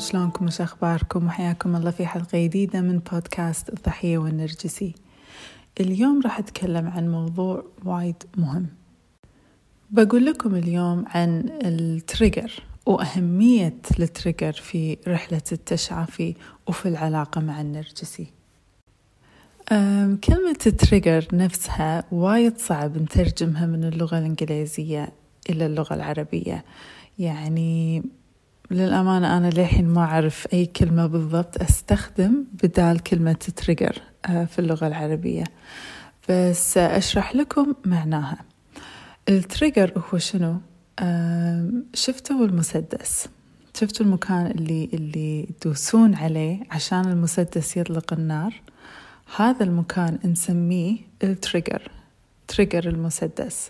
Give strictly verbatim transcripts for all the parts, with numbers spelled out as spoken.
شلونكم وش أخباركم؟ وحياكم الله في حلقة جديدة من بودكاست الضحية والنرجسي. اليوم راح أتكلم عن موضوع وايد مهم. بقول لكم اليوم عن التريجر وأهمية التريجر في رحلة التشافي وفي العلاقة مع النرجسي. كلمة التريجر نفسها وايد صعب نترجمها من اللغة الإنجليزية إلى اللغة العربية. يعني للأمانة أنا للحين ما أعرف أي كلمة بالضبط أستخدم بدال كلمة تريجر في اللغة العربية، بس أشرح لكم معناها. التريجر هو شنو؟ شفتوا المسدس، شفتوا المكان اللي اللي يدوسون عليه عشان المسدس يطلق النار؟ هذا المكان نسميه التريجر، تريجر المسدس.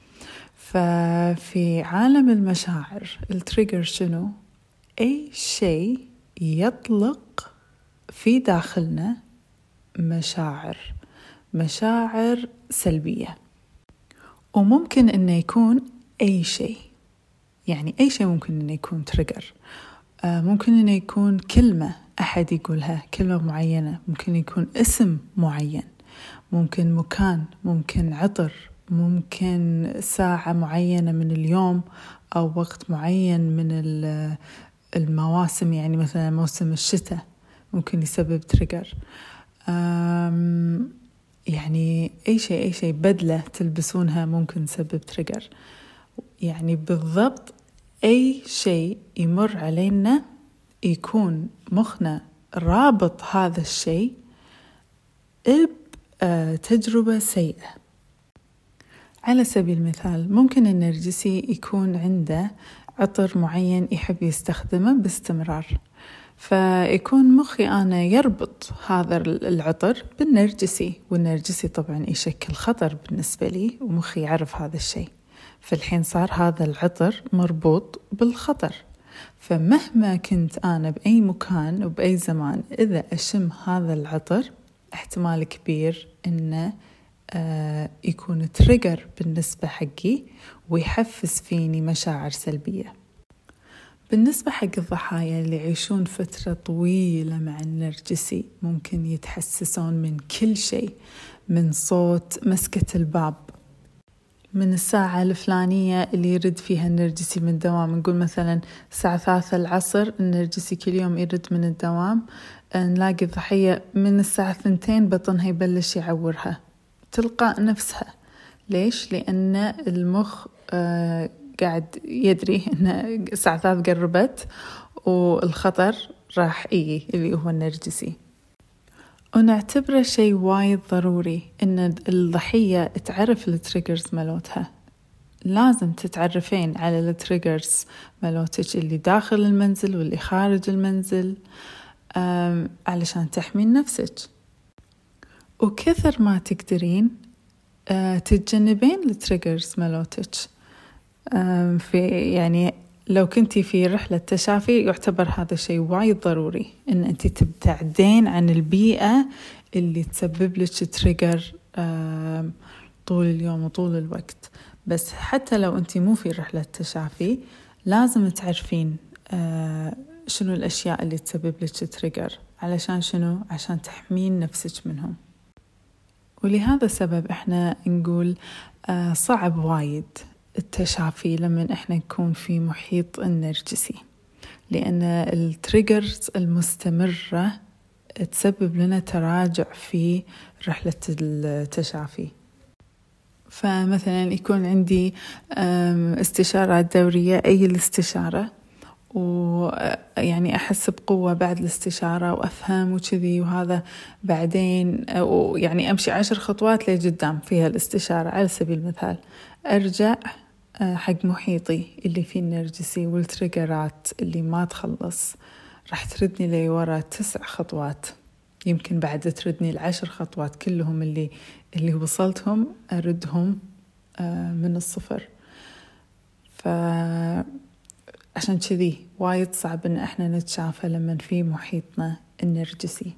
ففي عالم المشاعر التريجر شنو؟ أي شيء يطلق في داخلنا مشاعر مشاعر سلبية، وممكن إنه يكون أي شيء، يعني أي شيء ممكن إنه يكون تريجر. آه ممكن إنه يكون كلمة أحد يقولها، كلمة معينة، ممكن يكون اسم معين، ممكن مكان، ممكن عطر، ممكن ساعة معينة من اليوم أو وقت معين من المواسم، يعني مثلا موسم الشتاء ممكن يسبب تريجر. يعني أي شيء أي شيء بدلة تلبسونها ممكن يسبب تريجر. يعني بالضبط أي شيء يمر علينا يكون مخنا رابط هذا الشيء بتجربة سيئة. على سبيل المثال ممكن النرجسي يكون عنده عطر معين يحب يستخدمه باستمرار، فيكون مخي أنا يربط هذا العطر بالنرجسي، والنرجسي طبعا يشكل خطر بالنسبة لي، ومخي يعرف هذا الشيء، فالحين صار هذا العطر مربوط بالخطر. فمهما كنت أنا بأي مكان وبأي زمان إذا أشم هذا العطر احتمال كبير إنه آه يكون تريجر بالنسبة حقي ويحفز فيني مشاعر سلبية. بالنسبة حق الضحايا اللي يعيشون فترة طويلة مع النرجسي ممكن يتحسسون من كل شيء، من صوت مسكة الباب، من الساعة الفلانية اللي يرد فيها النرجسي من الدوام. نقول مثلا الساعة ثلاثة العصر النرجسي كل يوم يرد من الدوام، نلاقي الضحية من الساعة ثنتين بطنها يبلش يعورها تلقاء نفسها. ليش؟ لأن المخ آه قاعد يدري أن الساعة ثلاث قربت والخطر راح يجي اللي هو النرجسي. ونعتبره شيء وايد ضروري أن الضحية تعرف التريجرز مالوتها. لازم تتعرفين على التريجرز مالوتك اللي داخل المنزل واللي خارج المنزل علشان تحمين نفسك، وكثر ما تقدرين تتجنبين التريجرز مالوتك. في يعني لو كنتي في رحلة تشافي يعتبر هذا شيء وايد ضروري ان انتي تبتعدين عن البيئة اللي تسبب لك تريجر طول اليوم وطول الوقت. بس حتى لو انتي مو في رحلة تشافي لازم تعرفين شنو الاشياء اللي تسبب لك تريجر، علشان شنو؟ عشان تحمين نفسك منهم. ولهذا السبب احنا نقول صعب وايد التشافي لما احنا نكون في محيط النرجسي، لأن التريجرز المستمرة تسبب لنا تراجع في رحلة التشافي. فمثلا يكون عندي استشارات دورية، أي الاستشارة، ويعني أحس بقوة بعد الاستشارة وأفهم وكذي وهذا، بعدين يعني أمشي عشر خطوات لقدام فيها الاستشارة على سبيل المثال، أرجع حق محيطي اللي فيه النرجسي والتريجرات اللي ما تخلص، راح تردني لورا تسع خطوات، يمكن بعد تردني العشر خطوات كلهم اللي اللي وصلتهم أردهم من الصفر. فعشان كذي وايد صعب إن إحنا نتشافى لما في محيطنا النرجسي.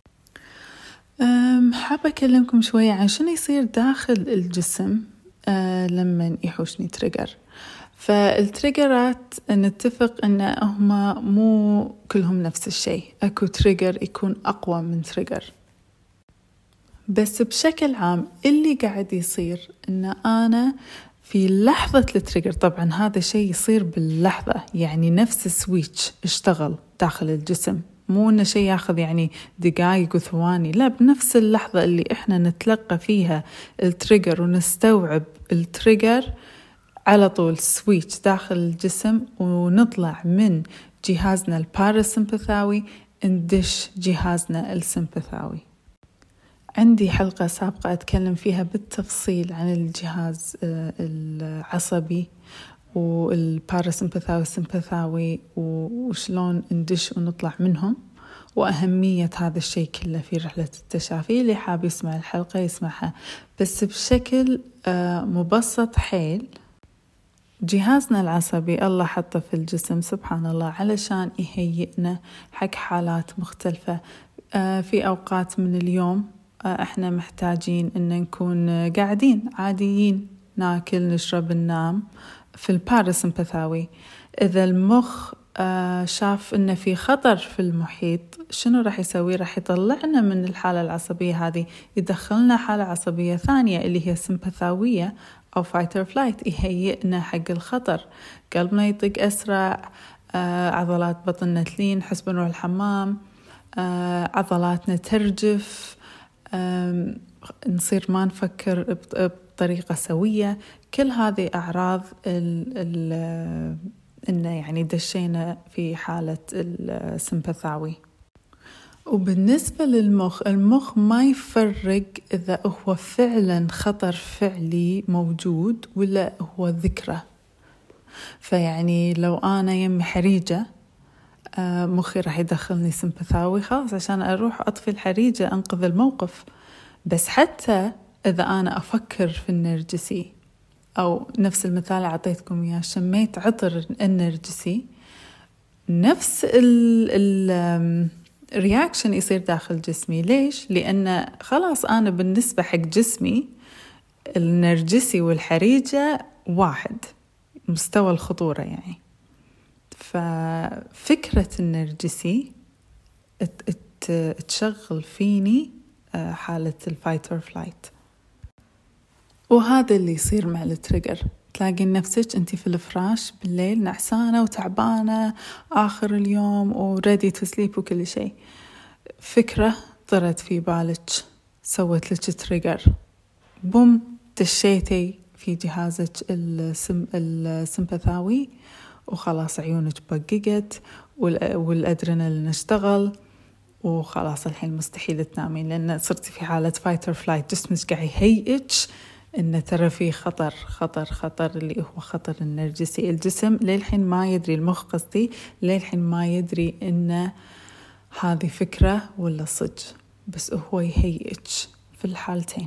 حابة أكلمكم شوية عن شنو يصير داخل الجسم أه لما يحوشني تريجر. فالتريجرات نتفق ان هما مو كلهم نفس الشيء، اكو تريجر يكون اقوى من تريجر. بس بشكل عام اللي قاعد يصير ان انا في لحظة التريجر، طبعا هذا شيء يصير باللحظة، يعني نفس سويتش اشتغل داخل الجسم، مو انه شيء ياخذ يعني دقائق وثواني، لا، بنفس اللحظة اللي احنا نتلقى فيها التريجر ونستوعب التريجر على طول سويتش داخل الجسم، ونطلع من جهازنا الباراسمبثاوي ندش جهازنا السمبثاوي. عندي حلقة سابقة أتكلم فيها بالتفصيل عن الجهاز العصبي والباراسمبثاوي والسمبثاوي وشلون ندش ونطلع منهم، وأهمية هذا الشيء كله في رحلة التشافي. اللي حاب يسمع الحلقة يسمعها، بس بشكل مبسط حيل. جهازنا العصبي الله حطه في الجسم سبحان الله علشان يهيئنا حق حالات مختلفة. في أوقات من اليوم احنا محتاجين ان نكون قاعدين عاديين، ناكل نشرب ننام في الباراسمبثاوي. اذا المخ شاف ان في خطر في المحيط، شنو راح يسوي؟ راح يطلعنا من الحالة العصبية هذه، يدخلنا حالة عصبية ثانية اللي هي سمبثاوية او فايت اور فلايت، يهيئنا حق الخطر. قلبنا يطق اسرع، عضلات بطننا تلين، نحس بنروح الحمام، عضلاتنا ترجف، نصير ما نفكر بطريقة سوية. كل هذه أعراض ال ال إنه يعني دشينا في حالة السمبثاوي. وبالنسبة للمخ، المخ ما يفرق إذا هو فعلا خطر فعلي موجود ولا هو ذكرى. فيعني لو أنا يمي حريجة، مخي راح يدخلني سمبثاوي خلاص عشان أروح أطفي الحريجة أنقذ الموقف. بس حتى إذا أنا أفكر في النرجسي، أو نفس المثال اللي عطيتكم إياه، شميت عطر النرجسي، نفس الرياكشن يصير داخل جسمي. ليش؟ لأن خلاص أنا بالنسبة حق جسمي النرجسي والحريجة واحد مستوى الخطورة يعني. ففكرة النرجسي تشغل فيني حالة الفايت اور فلايت. وهذا اللي يصير مع التريجر. تلاقي نفسك انتي في الفراش بالليل نعسانة وتعبانة آخر اليوم وريدي تو سليب وكل شيء، فكرة طرت في بالك سوت لك تريجر، بوم دشيتي في جهازك السم السمبثاوي وخلاص عيونك بققت والأدرينالين اشتغل وخلاص الحين مستحيل تنامين، لأن صرتي في حالة فايت اور فلايت. جسمك قاعد يهيئك إن ترى في خطر خطر خطر اللي هو خطر النرجسي. الجسم للحين ما يدري، المخ قصدي للحين ما يدري إن هذه فكرة ولا صج، بس هو يهيئك في الحالتين.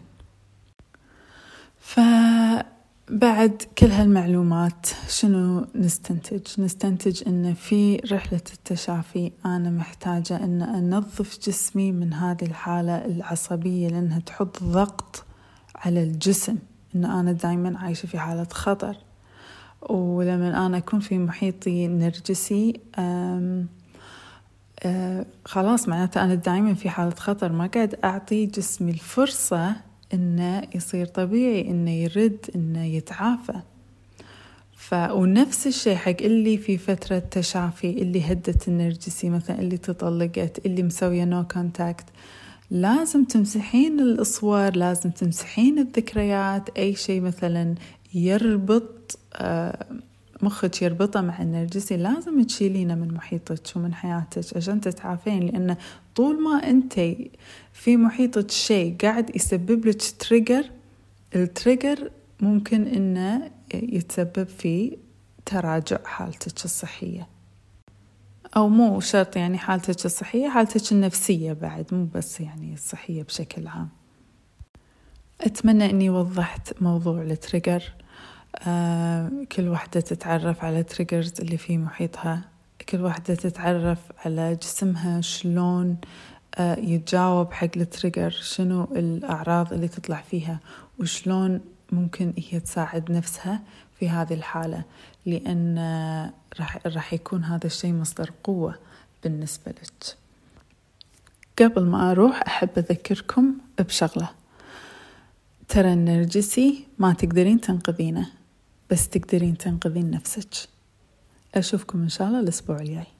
فبعد كل هالمعلومات شنو نستنتج؟ نستنتج إن في رحلة التشافي أنا محتاجة إن أنظف جسمي من هذه الحالة العصبية، لأنها تحط ضغط على الجسم، إن أنا دايما عايشة في حالة خطر. ولما أنا أكون في محيطي نرجسي أم أم خلاص معناته أنا دايما في حالة خطر، ما قاعد أعطي جسمي الفرصة إنه يصير طبيعي، إنه يرد، إنه يتعافى. ف ونفس الشيء حق اللي في فترة تشافي، اللي هدت النرجسي مثلا، اللي تطلقت، اللي مسوية نو كونتاكت، لازم تمسحين الأصور، لازم تمسحين الذكريات. أي شيء مثلا يربط مخك يربطه مع النرجسي لازم تشيلينه من محيطك ومن حياتك عشان تتعافين. لأن طول ما أنت في محيطك شيء قاعد يسبب لك تريجر، التريجر ممكن إنه يتسبب في تراجع حالتك الصحية، أو مو شرط يعني حالتك الصحية، حالتك النفسية بعد، مو بس يعني الصحية بشكل عام. أتمنى أني وضحت موضوع التريجر. آه كل واحدة تتعرف على تريجرز اللي في محيطها، كل واحدة تتعرف على جسمها شلون آه يتجاوب حق التريجر، شنو الأعراض اللي تطلع فيها، وشلون ممكن هي تساعد نفسها في هذه الحالة، لأن راح راح يكون هذا الشيء مصدر قوة بالنسبة لك. قبل ما أروح أحب أذكركم بشغلة، ترى النرجسي ما تقدرين تنقذينه، بس تقدرين تنقذين نفسك. أشوفكم إن شاء الله الأسبوع الجاي.